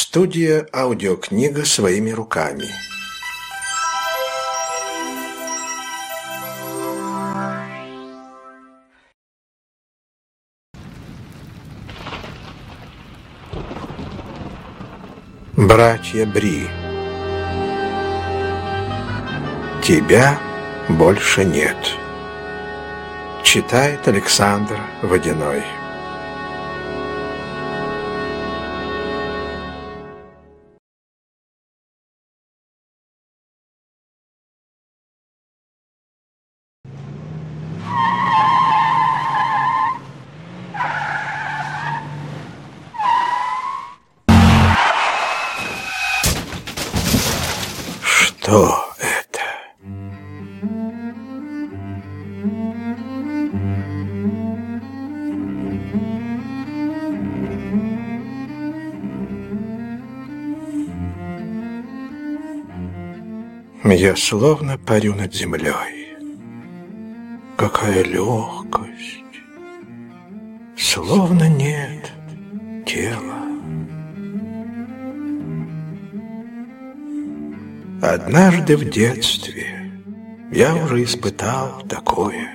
Студия «Аудиокнига своими руками». Братья Бри. Тебя больше нет. Читает Александр Водяной. Что это? Я словно парю над землей. Какая легкость! Словно нет тела. Однажды в детстве я уже испытал такое.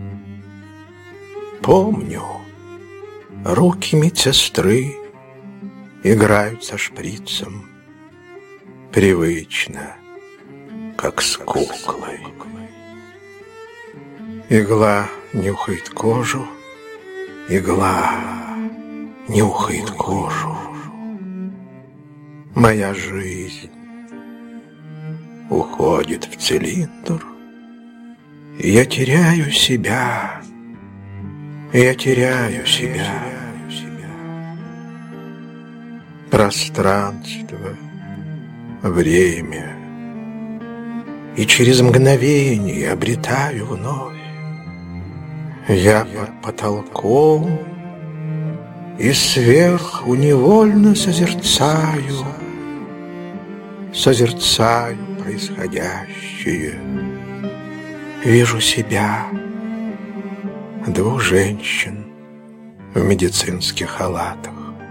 Помню, руки медсестры играют со шприцем, привычно, как с куклой. Игла нюхает кожу, игла нюхает кожу. Моя жизнь уходит в цилиндр, и я теряю себя, Пространство, время, и через мгновение обретаю вновь. Я под потолком, и сверху невольно созерцаю происходящее. Вижу себя, двух женщин в медицинских халатах,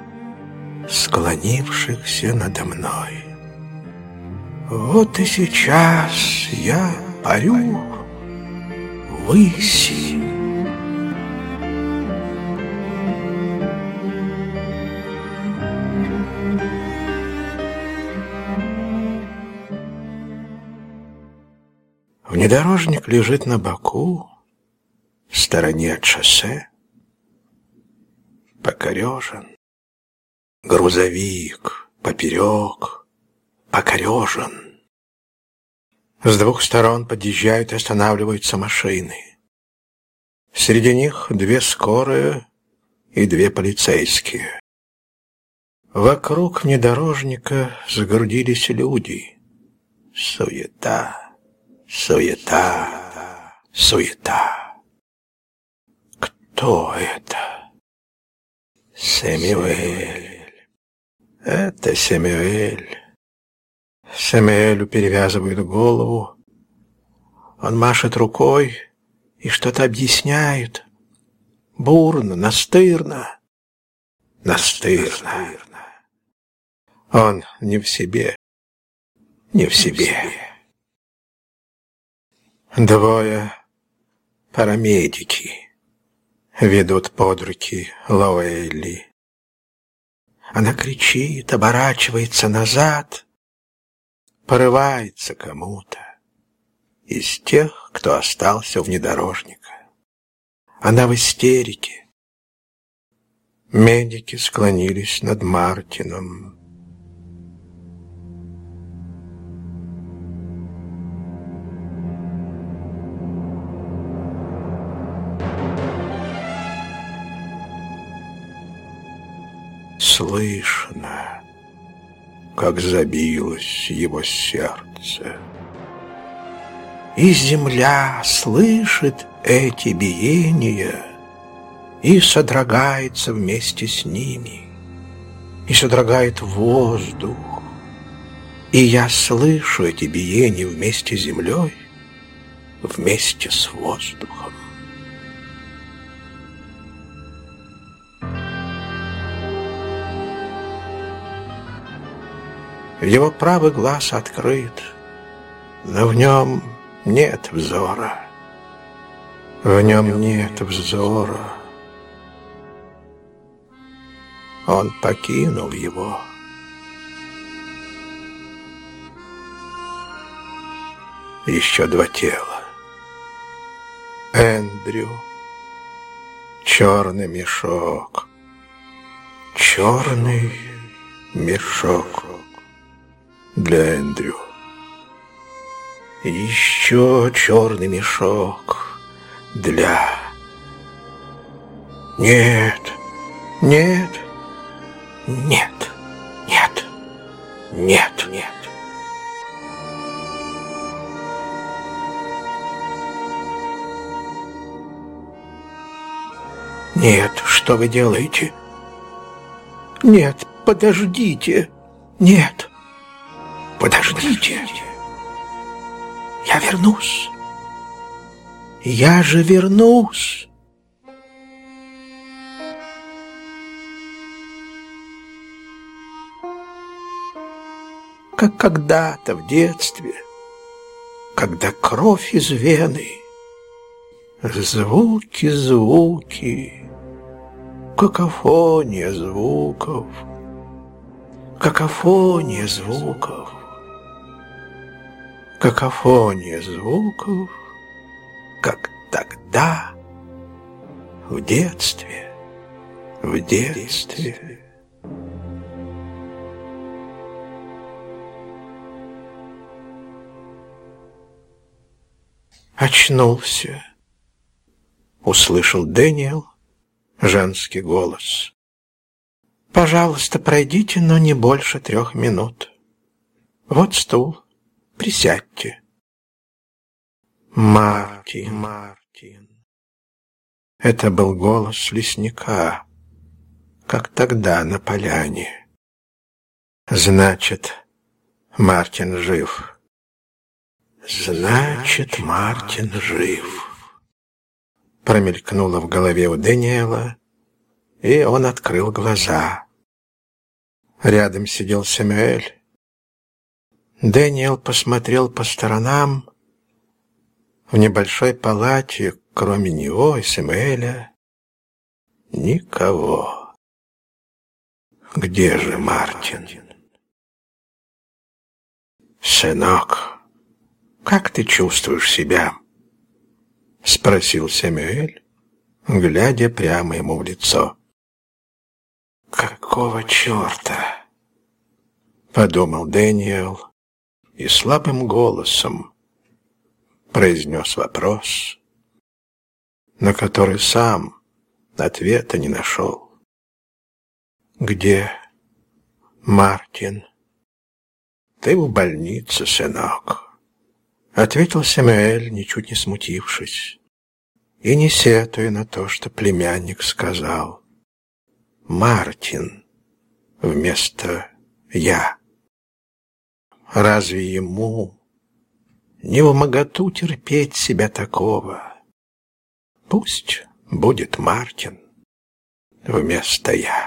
склонившихся надо мной. Вот и сейчас я парю ввысь. Внедорожник лежит на боку, в стороне от шоссе, покорежен. Грузовик поперек, покорежен. С двух сторон подъезжают и останавливаются машины. Среди них 2 скорые и 2 полицейские. Вокруг внедорожника сгрудились люди. Суета. Кто это? Сэмюэль. Это Сэмюэль. Сэмюэлю перевязывают голову. Он машет рукой и что-то объясняет. Бурно, настырно. Он не в себе. 2 парамедики ведут под руки Лоэлли. Она кричит, оборачивается назад, порывается кому-то из тех, кто остался у внедорожника. Она в истерике. Медики склонились над Мартином. Слышно, как забилось его сердце. И земля слышит эти биения и содрогается вместе с ними, и содрогает воздух. И я слышу эти биения вместе с землей, вместе с воздухом. Его правый глаз открыт, но в нем нет взора. В нем нет взора. Он покинул его. Еще два тела. Эндрю. Черный мешок. Черный мешок для Эндрю. Еще черный мешок для... Нет, нет, нет, нет, нет, нет. Нет, что вы делаете? Нет, подождите. Нет, подождите. Я вернусь. Я же вернусь. Как когда-то в детстве, когда кровь из вены, звуки, звуки, какофония звуков, какофония звуков, какофония звуков, как тогда, в детстве, в детстве. Очнулся, услышал Дэниел женский голос. Пожалуйста, пройдите, но не больше 3 минут. Вот стул, присядьте. Мартин. Это был голос лесника, как тогда на поляне. Значит, Мартин жив. Значит, Мартин жив. Промелькнуло в голове у Дэниела, и он открыл глаза. Рядом сидел Сэмюэль. Дэниел посмотрел по сторонам. В небольшой палате, кроме него и Сэмюэля, никого. Где же Мартин? «Сынок, как ты чувствуешь себя?» — спросил Сэмюэль, глядя прямо ему в лицо. «Какого черта?» — подумал Дэниел и слабым голосом произнес вопрос, на который сам ответа не нашел. «Где Мартин?» «Ты в больнице, сынок», — ответил Сэмюэль, ничуть не смутившись, и не сетуя на то, что племянник сказал. «Мартин» вместо «я». Разве ему не вмоготу терпеть себя такого? Пусть будет Мартин вместо «я».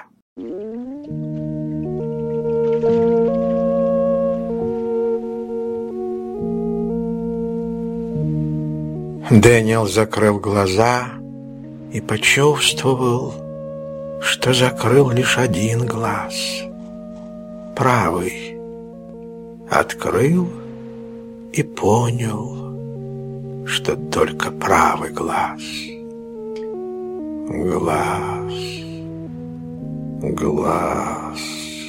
Дэниел закрыл глаза и почувствовал, что закрыл лишь один глаз, правый. Открыл и понял, что только правый глаз. Глаз.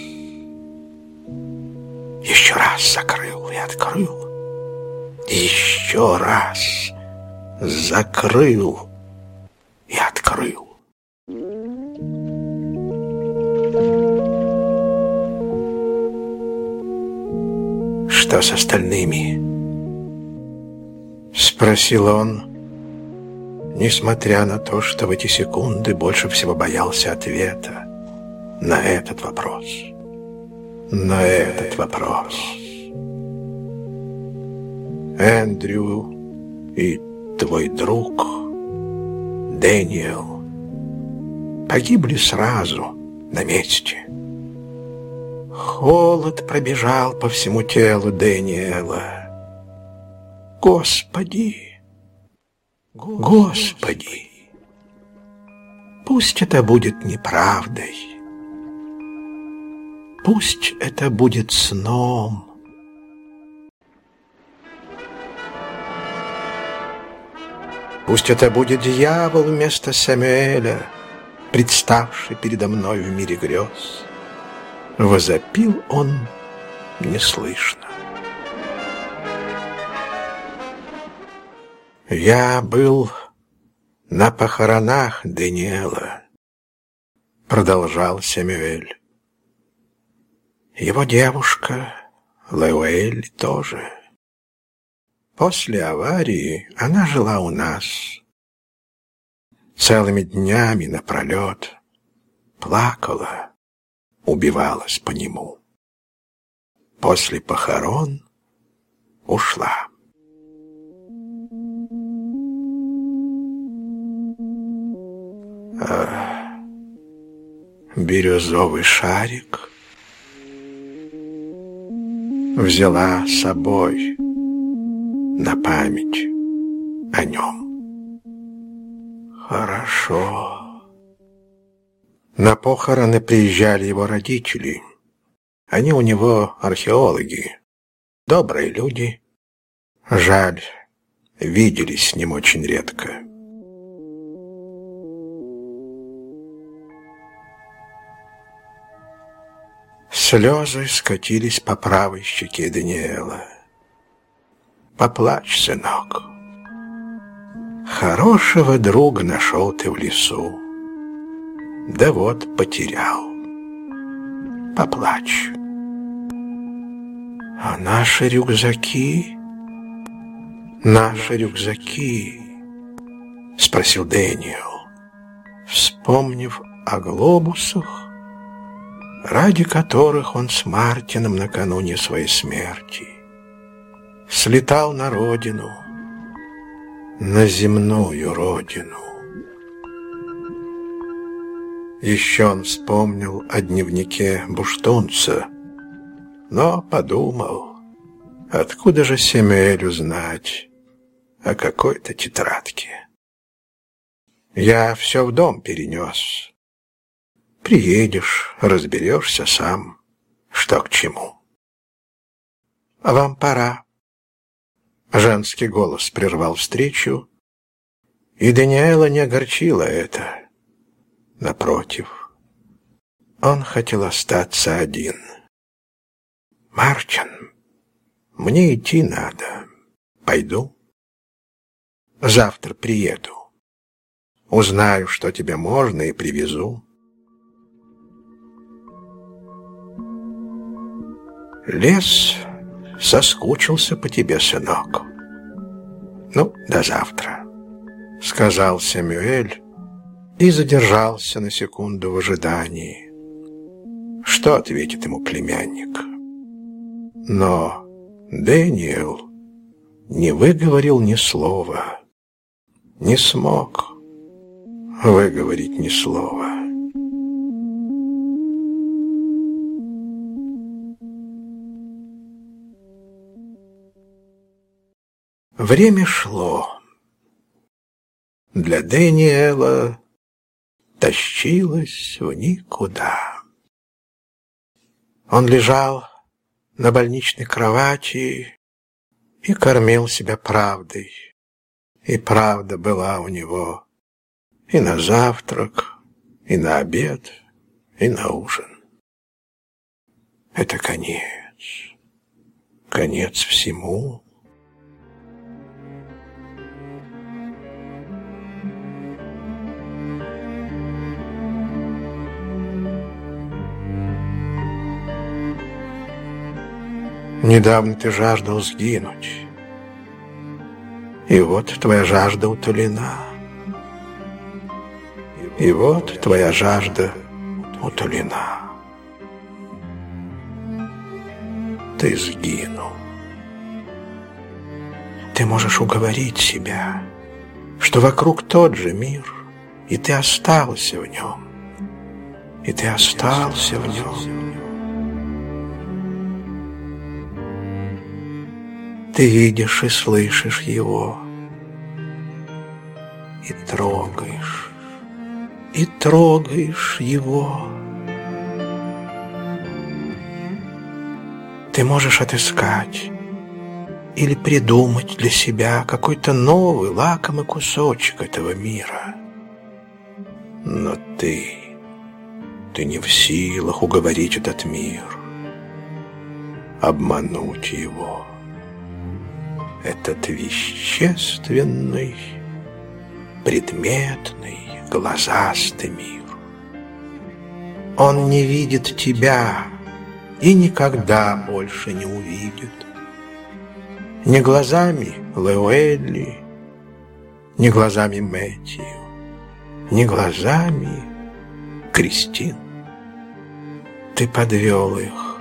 Еще раз закрыл и открыл. Еще раз закрыл и открыл. «Что с остальными?» — спросил он, несмотря на то, что в эти секунды больше всего боялся ответа на этот вопрос. Эндрю и твой друг Дэниел погибли сразу на месте. Холод пробежал по всему телу Дэниела. Господи! Господи! Пусть это будет неправдой. Пусть это будет сном. Пусть это будет дьявол вместо Самуэля, представший передо мной в мире грез. Возопил он неслышно. Я был на похоронах Дэниела, продолжал Самуэль. Его девушка Леуэль тоже. После аварии она жила у нас. Целыми днями напролет плакала, убивалась по нему. После похорон ушла. Бирюзовый шарик взяла с собой на память о нем. Хорошо. На похороны приезжали его родители. Они у него археологи, добрые люди. Жаль, виделись с ним очень редко. Слезы скатились по правой щеке Дэниела. Поплачь, сынок. Хорошего друга нашел ты в лесу. Да вот потерял. Поплачь. А наши рюкзаки? Наши рюкзаки? Спросил Дэниел, вспомнив о глобусах, ради которых он с Мартином накануне своей смерти слетал на родину, на земную родину. Еще он вспомнил о дневнике буштунца, но подумал, откуда же Самуэлю знать о какой-то тетрадке. Я все в дом перенес. Приедешь, разберешься сам, что к чему. А вам пора. Женский голос прервал встречу, и Дэниела не огорчило это. Напротив, он хотел остаться один. «Мартин, мне идти надо. Пойду. Завтра приеду. Узнаю, что тебе можно, и привезу». Лес соскучился по тебе, сынок. Ну, до завтра, сказал Самуэль и задержался на секунду в ожидании. Что ответит ему племянник? Но Дэниел не выговорил ни слова, не смог выговорить ни слова. Время шло. Для Дэниела тащилось в никуда. Он лежал на больничной кровати и кормил себя правдой. И правда была у него и на завтрак, и на обед, и на ужин. Это конец. Конец всему. Недавно ты жаждал сгинуть, и вот твоя жажда утолена. И вот твоя жажда утолена. Ты сгинул. Ты можешь уговорить себя, что вокруг тот же мир, и ты остался в нем, и ты остался в нем. ты видишь и слышишь его, и трогаешь его. Ты можешь отыскать или придумать для себя какой-то новый лакомый кусочек этого мира. Но ты не в силах уговорить этот мир, обмануть его. Этот вещественный, предметный, глазастый мир. Он не видит тебя и никогда больше не увидит. Ни глазами Леуэлли, ни глазами Мэтью, ни глазами Кристин. Ты подвел их.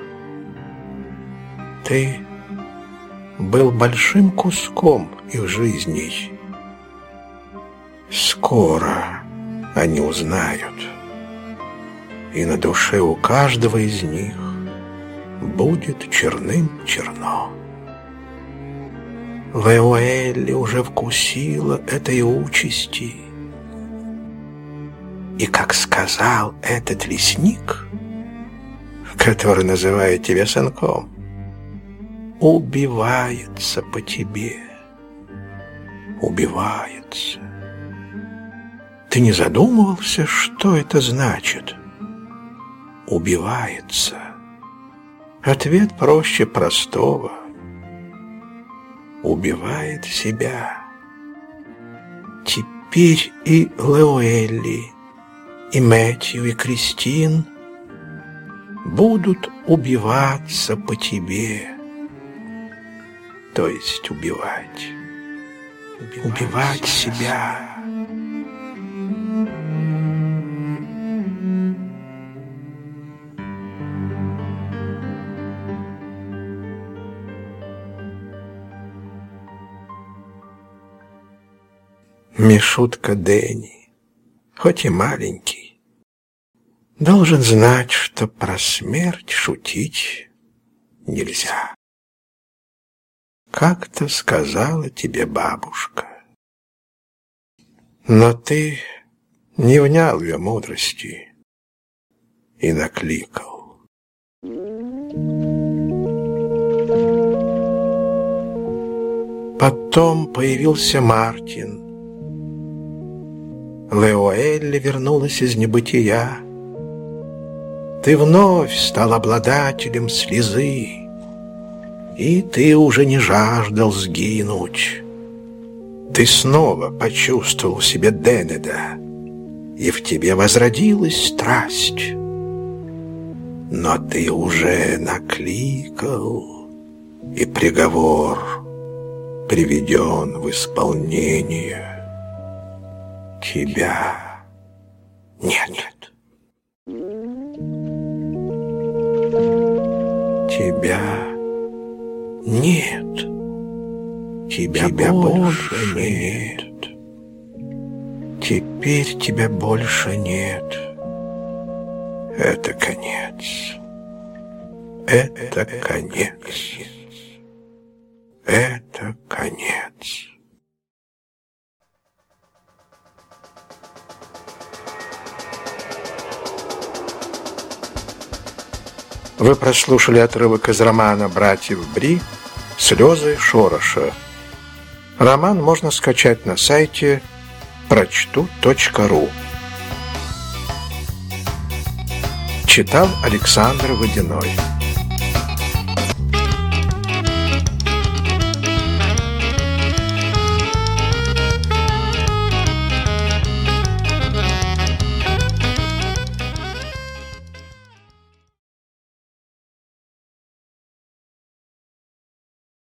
Ты был большим куском их жизней. Скоро они узнают, и на душе у каждого из них будет черным-черно. Леуэлли уже вкусила этой участи. И, как сказал этот лесник, который называет тебя сынком, убивается по тебе. Убивается. Ты не задумывался, что это значит? Убивается. Ответ проще простого. Убивает себя. Теперь и Леуэлли, и Мэтью, и Кристин будут убиваться по тебе. То есть убивать себя. Мишутка Дэнни, хоть и маленький, должен знать, что про смерть шутить нельзя. Как-то сказала тебе бабушка. Но ты не внял ее мудрости и накликал. Потом появился Мартин. Леуэлли вернулась из небытия. Ты вновь стал обладателем слезы, и ты уже не жаждал сгинуть. Ты снова почувствовал в себе Денеда, и в тебе возродилась страсть. Но ты уже накликал, и приговор приведен в исполнение. Тебя нет. Тебя нет. Тебя больше нет. Теперь тебя больше нет. Это конец. Это конец. Это конец. Вы прослушали отрывок из романа братьев Бри «Слезы Шороша». Роман можно скачать на сайте прочту.ру. Читал Александр Водяной.